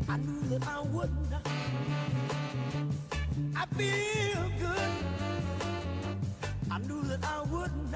I knew that I wouldn't. I feel good. I knew that I wouldn't.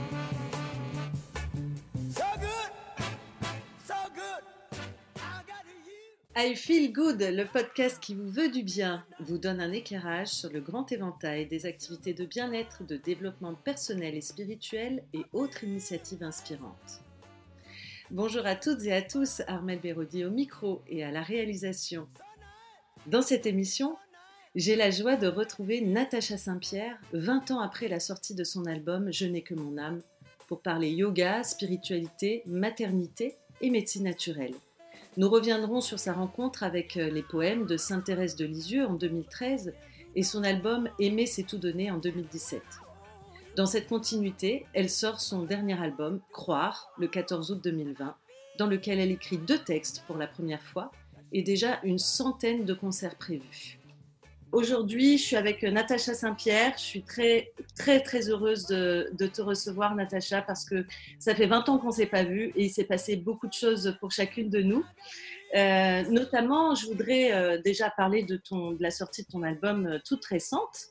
So good, so good. I got you. I Feel Good, le podcast qui vous veut du bien, vous donne un éclairage sur le grand éventail des activités de bien-être, de développement personnel et spirituel et autres initiatives inspirantes. Bonjour à toutes et à tous, Armelle Béraudy au micro et à la réalisation. Dans cette émission, j'ai la joie de retrouver Natacha Saint-Pierre, 20 ans après la sortie de son album « Je n'ai que mon âme », pour parler yoga, spiritualité, maternité et médecine naturelle. Nous reviendrons sur sa rencontre avec les poèmes de Sainte-Thérèse de Lisieux en 2013 et son album « Aimer c'est tout donner » en 2017. Dans cette continuité, elle sort son dernier album « Croire » le 14 août 2020, dans lequel elle écrit 2 textes pour la première fois et déjà une centaine de concerts prévus. Aujourd'hui, je suis avec Natacha Saint-Pierre. Je suis très heureuse de te recevoir, Natacha, parce que ça fait 20 ans qu'on ne s'est pas vus et il s'est passé beaucoup de choses pour chacune de nous. Notamment, je voudrais déjà parler de la sortie de ton album toute récente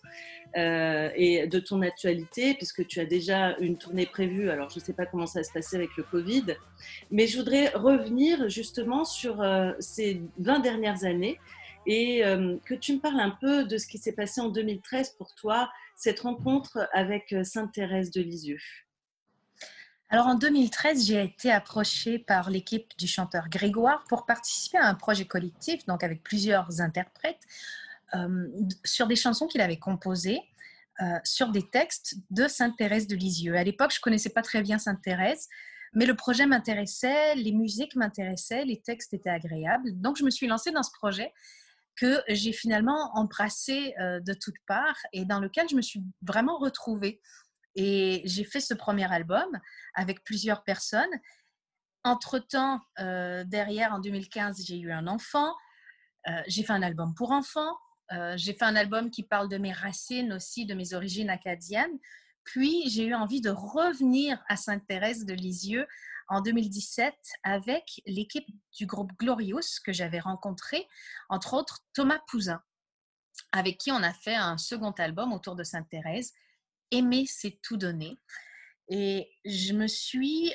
et de ton actualité, puisque tu as déjà une tournée prévue. Alors, je ne sais pas comment ça va se passer avec le Covid, mais je voudrais revenir justement sur ces 20 dernières années et que tu me parles un peu de ce qui s'est passé en 2013 pour toi, cette rencontre avec Sainte-Thérèse de Lisieux. Alors en 2013, j'ai été approchée par l'équipe du chanteur Grégoire pour participer à un projet collectif, donc avec plusieurs interprètes, sur des chansons qu'il avait composées, sur des textes de Sainte-Thérèse de Lisieux. À l'époque, je ne connaissais pas très bien Sainte-Thérèse, mais le projet m'intéressait, les musiques m'intéressaient, les textes étaient agréables. Donc je me suis lancée dans ce projet que j'ai finalement embrassé de toutes parts et dans lequel je me suis vraiment retrouvée. Et j'ai fait ce premier album avec plusieurs personnes. Entre-temps, derrière, en 2015, j'ai eu un enfant. J'ai fait un album pour enfants. J'ai fait un album qui parle de mes racines aussi, de mes origines acadiennes. Puis, j'ai eu envie de revenir à Sainte-Thérèse de Lisieux en 2017 avec l'équipe du groupe Glorious que j'avais rencontré, entre autres Thomas Pouzin, avec qui on a fait un second album autour de Sainte-Thérèse. Aimer, c'est tout donner. Et je me suis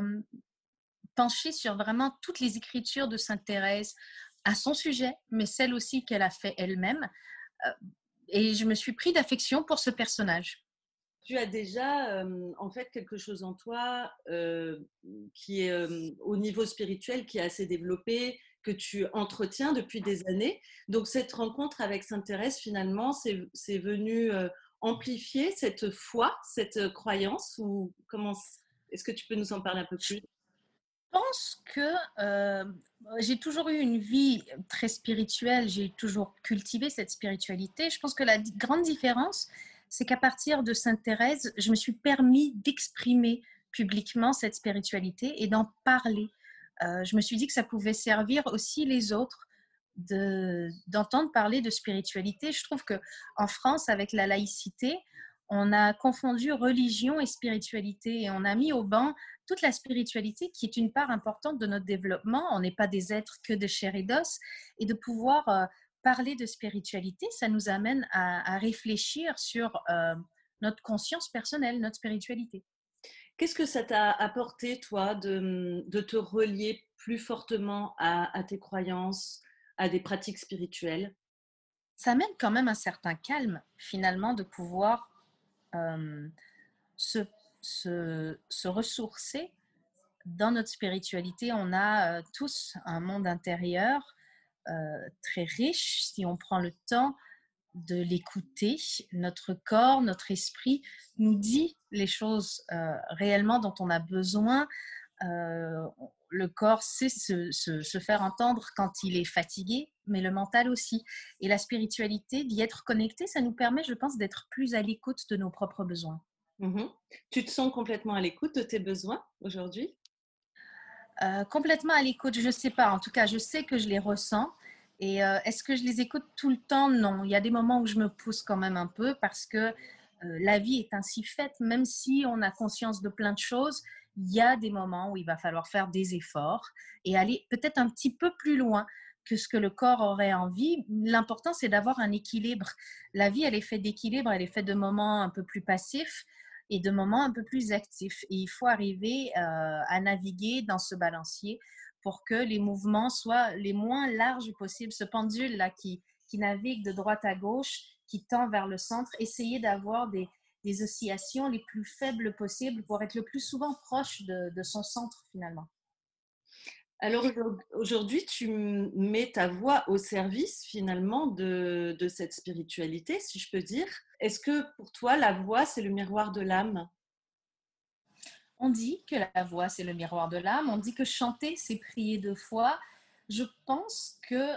penchée sur vraiment toutes les écritures de Sainte-Thérèse à son sujet, mais celles aussi qu'elle a fait elle-même. Et je me suis pris d'affection pour ce personnage. Tu as déjà en fait quelque chose en toi qui est au niveau spirituel, qui est assez développé, que tu entretiens depuis des années. Donc cette rencontre avec Sainte-Thérèse, finalement, c'est venu amplifier cette foi, cette croyance, ou comment est-ce que tu peux nous en parler un peu plus? Je pense que j'ai toujours eu une vie très spirituelle, j'ai toujours cultivé cette spiritualité. Je pense que la grande différence, c'est qu'à partir de Sainte-Thérèse, je me suis permis d'exprimer publiquement cette spiritualité et d'en parler. Je me suis dit que ça pouvait servir aussi les autres d'entendre parler de spiritualité. Je trouve qu'en France, avec la laïcité, on a confondu religion et spiritualité et on a mis au banc toute la spiritualité qui est une part importante de notre développement. On n'est pas des êtres que de chair et d'os. Et de pouvoir parler de spiritualité, ça nous amène à réfléchir sur notre conscience personnelle, notre spiritualité. Qu'est-ce que ça t'a apporté, toi, de te relier plus fortement à tes croyances, à des pratiques spirituelles? Ça amène quand même un certain calme, finalement, de pouvoir se ressourcer dans notre spiritualité. On a tous un monde intérieur très riche si on prend le temps de l'écouter. Notre corps, notre esprit nous dit les choses réellement dont on a besoin. Le corps sait se faire entendre quand il est fatigué, mais le mental aussi. Et la spiritualité, d'y être connecté, ça nous permet, je pense, d'être plus à l'écoute de nos propres besoins. Mmh. Tu te sens complètement à l'écoute de tes besoins aujourd'hui? Complètement à l'écoute, je ne sais pas. En tout cas, je sais que je les ressens. Et est-ce que je les écoute tout le temps? Non. Il y a des moments où je me pousse quand même un peu parce que la vie est ainsi faite. Même si on a conscience de plein de choses, il y a des moments où il va falloir faire des efforts et aller peut-être un petit peu plus loin que ce que le corps aurait envie. L'important, c'est d'avoir un équilibre. La vie, elle est faite d'équilibre, elle est faite de moments un peu plus passifs et de moments un peu plus actifs. Et il faut arriver à naviguer dans ce balancier pour que les mouvements soient les moins larges possibles. Ce pendule-là qui navigue de droite à gauche, qui tend vers le centre, essayer d'avoir des oscillations les plus faibles possibles pour être le plus souvent proche de son centre finalement. Alors aujourd'hui, tu mets ta voix au service finalement de cette spiritualité, si je peux dire. Est-ce que pour toi, la voix, c'est le miroir de l'âme? On dit que la voix, c'est le miroir de l'âme. On dit que chanter, c'est prier 2 fois. Je pense que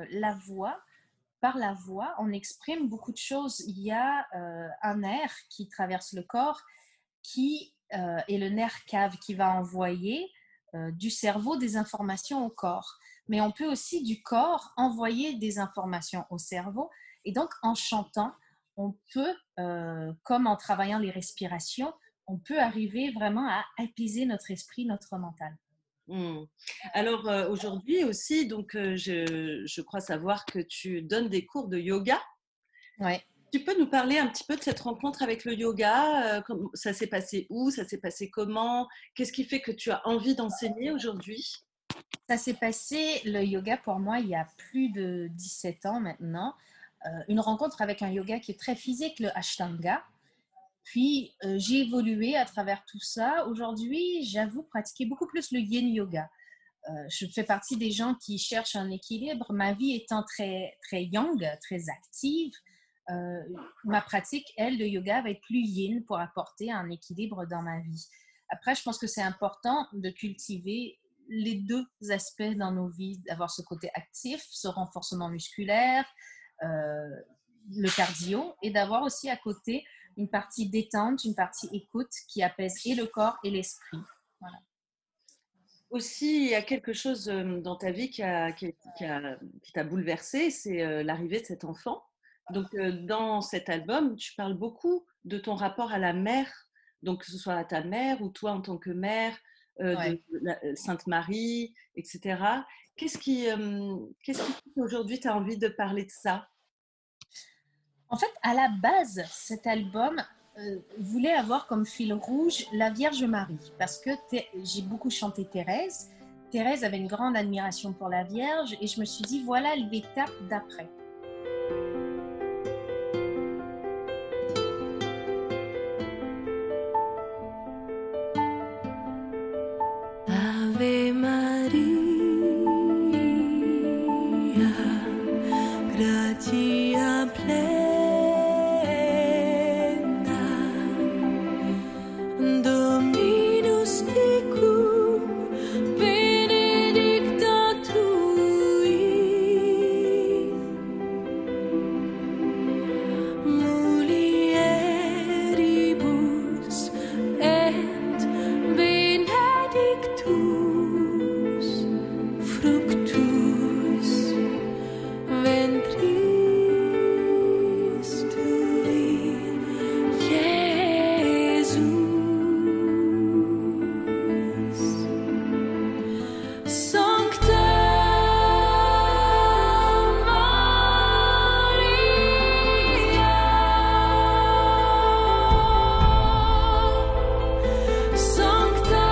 par la voix, on exprime beaucoup de choses. Il y a un nerf qui traverse le corps qui est le nerf cave qui va envoyer du cerveau des informations au corps. Mais on peut aussi du corps envoyer des informations au cerveau. Et donc, en chantant, on peut, comme en travaillant les respirations, on peut arriver vraiment à apaiser notre esprit, notre mental. Alors aujourd'hui aussi, donc je crois savoir que tu donnes des cours de yoga. Ouais. Tu peux nous parler un petit peu de cette rencontre avec le yoga? Ça s'est passé où? Ça s'est passé comment? Qu'est-ce qui fait que tu as envie d'enseigner aujourd'hui? Ça s'est passé, le yoga pour moi, il y a plus de 17 ans maintenant. Une rencontre avec un yoga qui est très physique, le Ashtanga. Puis, j'ai évolué à travers tout ça. Aujourd'hui, j'avoue pratiquer beaucoup plus le yin yoga. Je fais partie des gens qui cherchent un équilibre. Ma vie étant très, très yang, très active, ma pratique, elle, de yoga va être plus yin pour apporter un équilibre dans ma vie. Après, je pense que c'est important de cultiver les 2 aspects dans nos vies, d'avoir ce côté actif, ce renforcement musculaire, le cardio, et d'avoir aussi à côté une partie détente, une partie écoute qui apaise et le corps et l'esprit. Voilà. Aussi, il y a quelque chose dans ta vie qui t'a bouleversé, c'est l'arrivée de cet enfant. Donc, dans cet album, tu parles beaucoup de ton rapport à la mère, donc que ce soit à ta mère ou toi en tant que mère, Ouais. Sainte Marie, etc. Qu'est-ce qui fait qu'aujourd'hui tu as envie de parler de ça? En fait, à la base, cet album voulait avoir comme fil rouge la Vierge Marie, parce que j'ai beaucoup chanté Thérèse. Thérèse avait une grande admiration pour la Vierge, et je me suis dit, voilà l'étape d'après. Ave Maria, gratia plena, Dominus tecum, benedicta tui, mulieribus et benedictus fructus ventris tui, Iesus. Sancta Maria, Sancta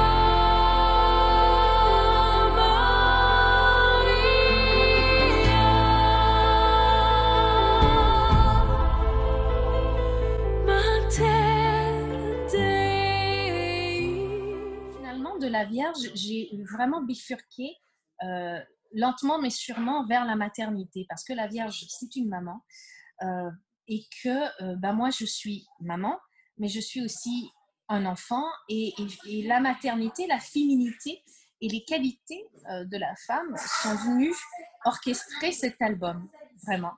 Maria, Mater Dei. Finalement, de la Vierge, j'ai vraiment bifurqué lentement mais sûrement vers la maternité, parce que la Vierge, c'est une maman, et que moi, je suis maman, mais je suis aussi un enfant, et la maternité, la féminité et les qualités de la femme sont venues orchestrer cet album, vraiment.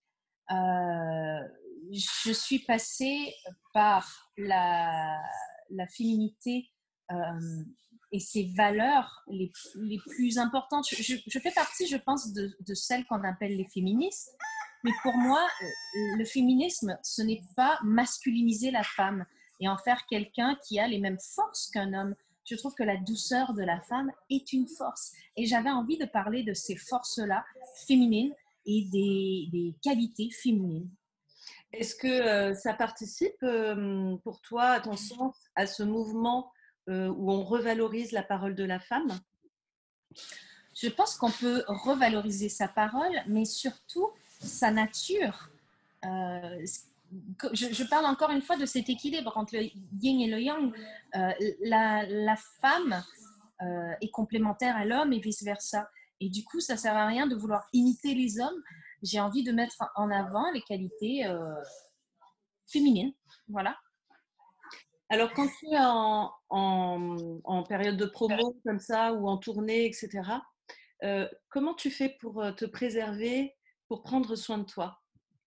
Je suis passée par la féminité et ses valeurs les plus importantes. Je fais partie, je pense, de celles qu'on appelle les féministes. Mais pour moi, le féminisme, ce n'est pas masculiniser la femme et en faire quelqu'un qui a les mêmes forces qu'un homme. je trouve que la douceur de la femme est une force. Et j'avais envie de parler de ces forces-là féminines et des qualités féminines. Est-ce que ça participe pour toi, à ton sens, à ce mouvement où on revalorise la parole de la femme? Je pense qu'on peut revaloriser sa parole, mais surtout sa nature. Euh, je parle encore une fois de cet équilibre entre le yin et le yang. La femme est complémentaire à l'homme et vice-versa. Et du coup, ça ne sert à rien de vouloir imiter les hommes. J'ai envie de mettre en avant les qualités féminines. Voilà. Alors, quand tu es en période de promo comme ça ou en tournée, etc., comment tu fais pour te préserver, pour prendre soin de toi?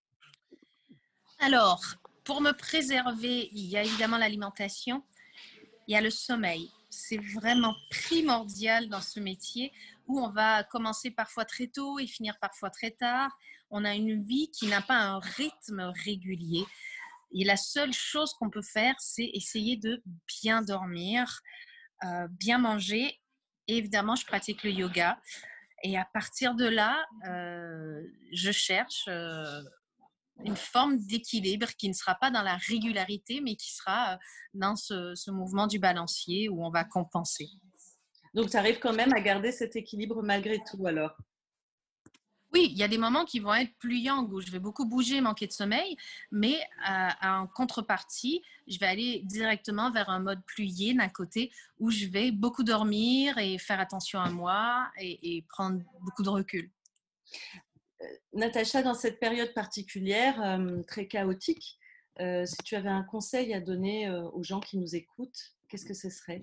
Alors, pour me préserver, il y a évidemment l'alimentation, il y a le sommeil. C'est vraiment primordial dans ce métier où on va commencer parfois très tôt et finir parfois très tard. On a une vie qui n'a pas un rythme régulier. Et la seule chose qu'on peut faire, c'est essayer de bien dormir, bien manger. Et évidemment, je pratique le yoga. Et à partir de là, je cherche une forme d'équilibre qui ne sera pas dans la régularité, mais qui sera dans ce mouvement du balancier où on va compenser. Donc, tu arrives quand même à garder cet équilibre malgré tout, alors? Oui, il y a des moments qui vont être plus yang, où je vais beaucoup bouger, manquer de sommeil, mais en contrepartie, je vais aller directement vers un mode plus yin à côté, où je vais beaucoup dormir et faire attention à moi et prendre beaucoup de recul. Natacha, dans cette période particulière, très chaotique, si tu avais un conseil à donner aux gens qui nous écoutent, qu'est-ce que ce serait?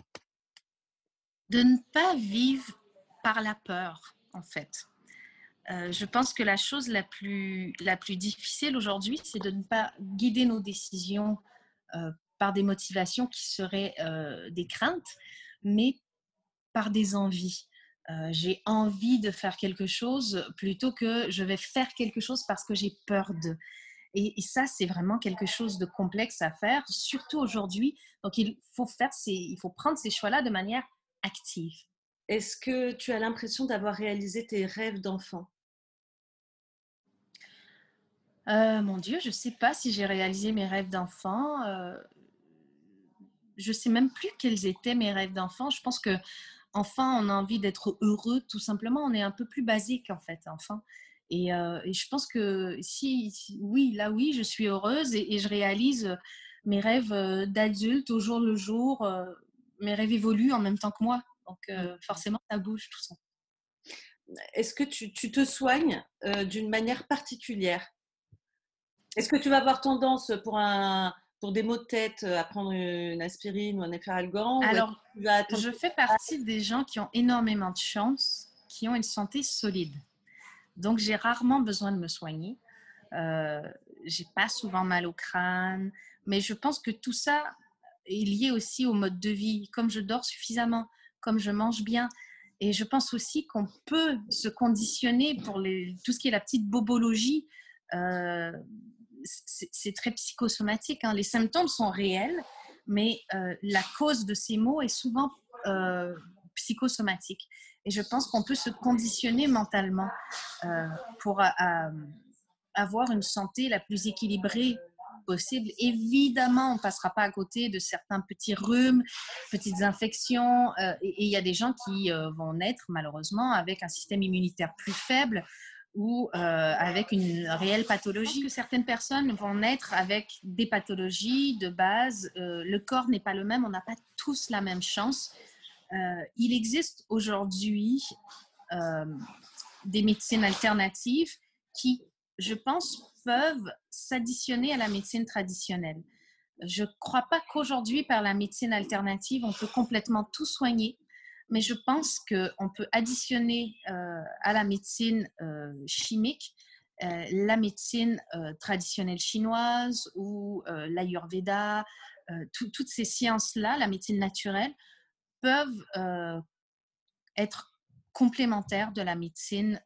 De ne pas vivre par la peur, en fait. Je pense que la chose la plus difficile aujourd'hui, c'est de ne pas guider nos décisions par des motivations qui seraient des craintes, mais par des envies. J'ai envie de faire quelque chose plutôt que je vais faire quelque chose parce que j'ai peur de. Et ça, c'est vraiment quelque chose de complexe à faire, surtout aujourd'hui. Donc, il faut prendre ces choix-là de manière active. Est-ce que tu as l'impression d'avoir réalisé tes rêves d'enfant? Mon Dieu, je ne sais pas si j'ai réalisé mes rêves d'enfant. Je ne sais même plus quels étaient mes rêves d'enfant. Je pense que enfant, on a envie d'être heureux, tout simplement. On est un peu plus basique, en fait, enfant. Et je pense que oui, là, oui, je suis heureuse et je réalise mes rêves d'adulte au jour le jour. Mes rêves évoluent en même temps que moi. Donc, forcément, ça bouge, tout ça. Est-ce que tu te soignes d'une manière particulière? Est-ce que tu vas avoir tendance pour des maux de tête à prendre une aspirine ou un efferalgan, ou est-ce Alors, que tu vas attendre? je fais partie des gens qui ont énormément de chance, qui ont une santé solide. Donc, j'ai rarement besoin de me soigner. Euh, j'ai pas souvent mal au crâne, mais je pense que tout ça est lié aussi au mode de vie. Comme je dors suffisamment, comme je mange bien, et je pense aussi qu'on peut se conditionner pour tout ce qui est la petite bobologie. Euh, c'est très psychosomatique, hein. Les symptômes sont réels, mais la cause de ces maux est souvent psychosomatique. Et je pense qu'on peut se conditionner mentalement pour avoir une santé la plus équilibrée possible. Évidemment, on ne passera pas à côté de certains petits rhumes, petites infections, et il y a des gens qui vont naître malheureusement avec un système immunitaire plus faible ou avec une réelle pathologie. Je pense que certaines personnes vont naître avec des pathologies de base. Le corps n'est pas le même, on n'a pas tous la même chance. Il existe aujourd'hui euh, des médecines alternatives qui, je pense, peuvent s'additionner à la médecine traditionnelle. Je ne crois pas qu'aujourd'hui, par la médecine alternative, on peut complètement tout soigner, mais je pense qu'on peut additionner à la médecine chimique la médecine traditionnelle chinoise ou l'Ayurveda, toutes ces sciences-là, la médecine naturelle, peuvent être complémentaires de la médecine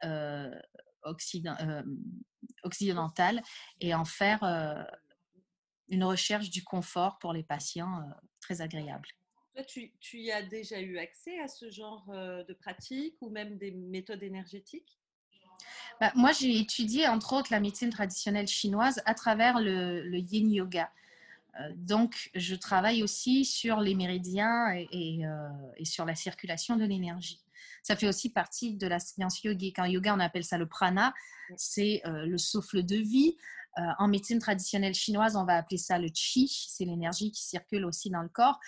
occidentale et en faire une recherche du confort pour les patients très agréable. Toi, tu y as déjà eu accès à ce genre de pratique ou même des méthodes énergétiques? Bah, moi, j'ai étudié entre autres la médecine traditionnelle chinoise à travers le yin yoga. Donc, je travaille aussi sur les méridiens et sur la circulation de l'énergie. Ça fait aussi partie de la science yogique. En yoga, on appelle ça le prana, c'est le souffle de vie. En médecine traditionnelle chinoise, on va appeler ça le qi, c'est l'énergie qui circule aussi dans le corps.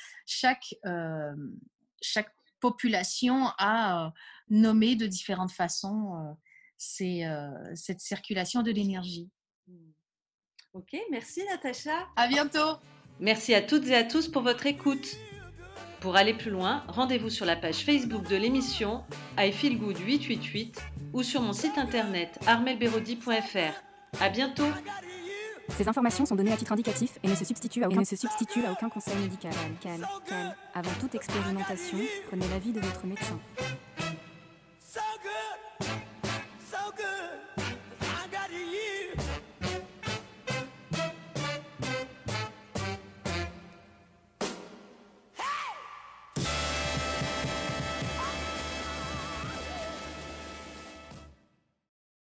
Chaque population a nommé de différentes façons cette circulation de l'énergie. Ok, merci Natacha. À bientôt! Merci à toutes et à tous pour votre écoute. Pour aller plus loin, rendez-vous sur la page Facebook de l'émission I Feel Good 888 ou sur mon site internet armelberodi.fr. À bientôt. Ces informations sont données à titre indicatif et ne se substituent à aucun conseil médical. Avant toute expérimentation, prenez l'avis de votre médecin.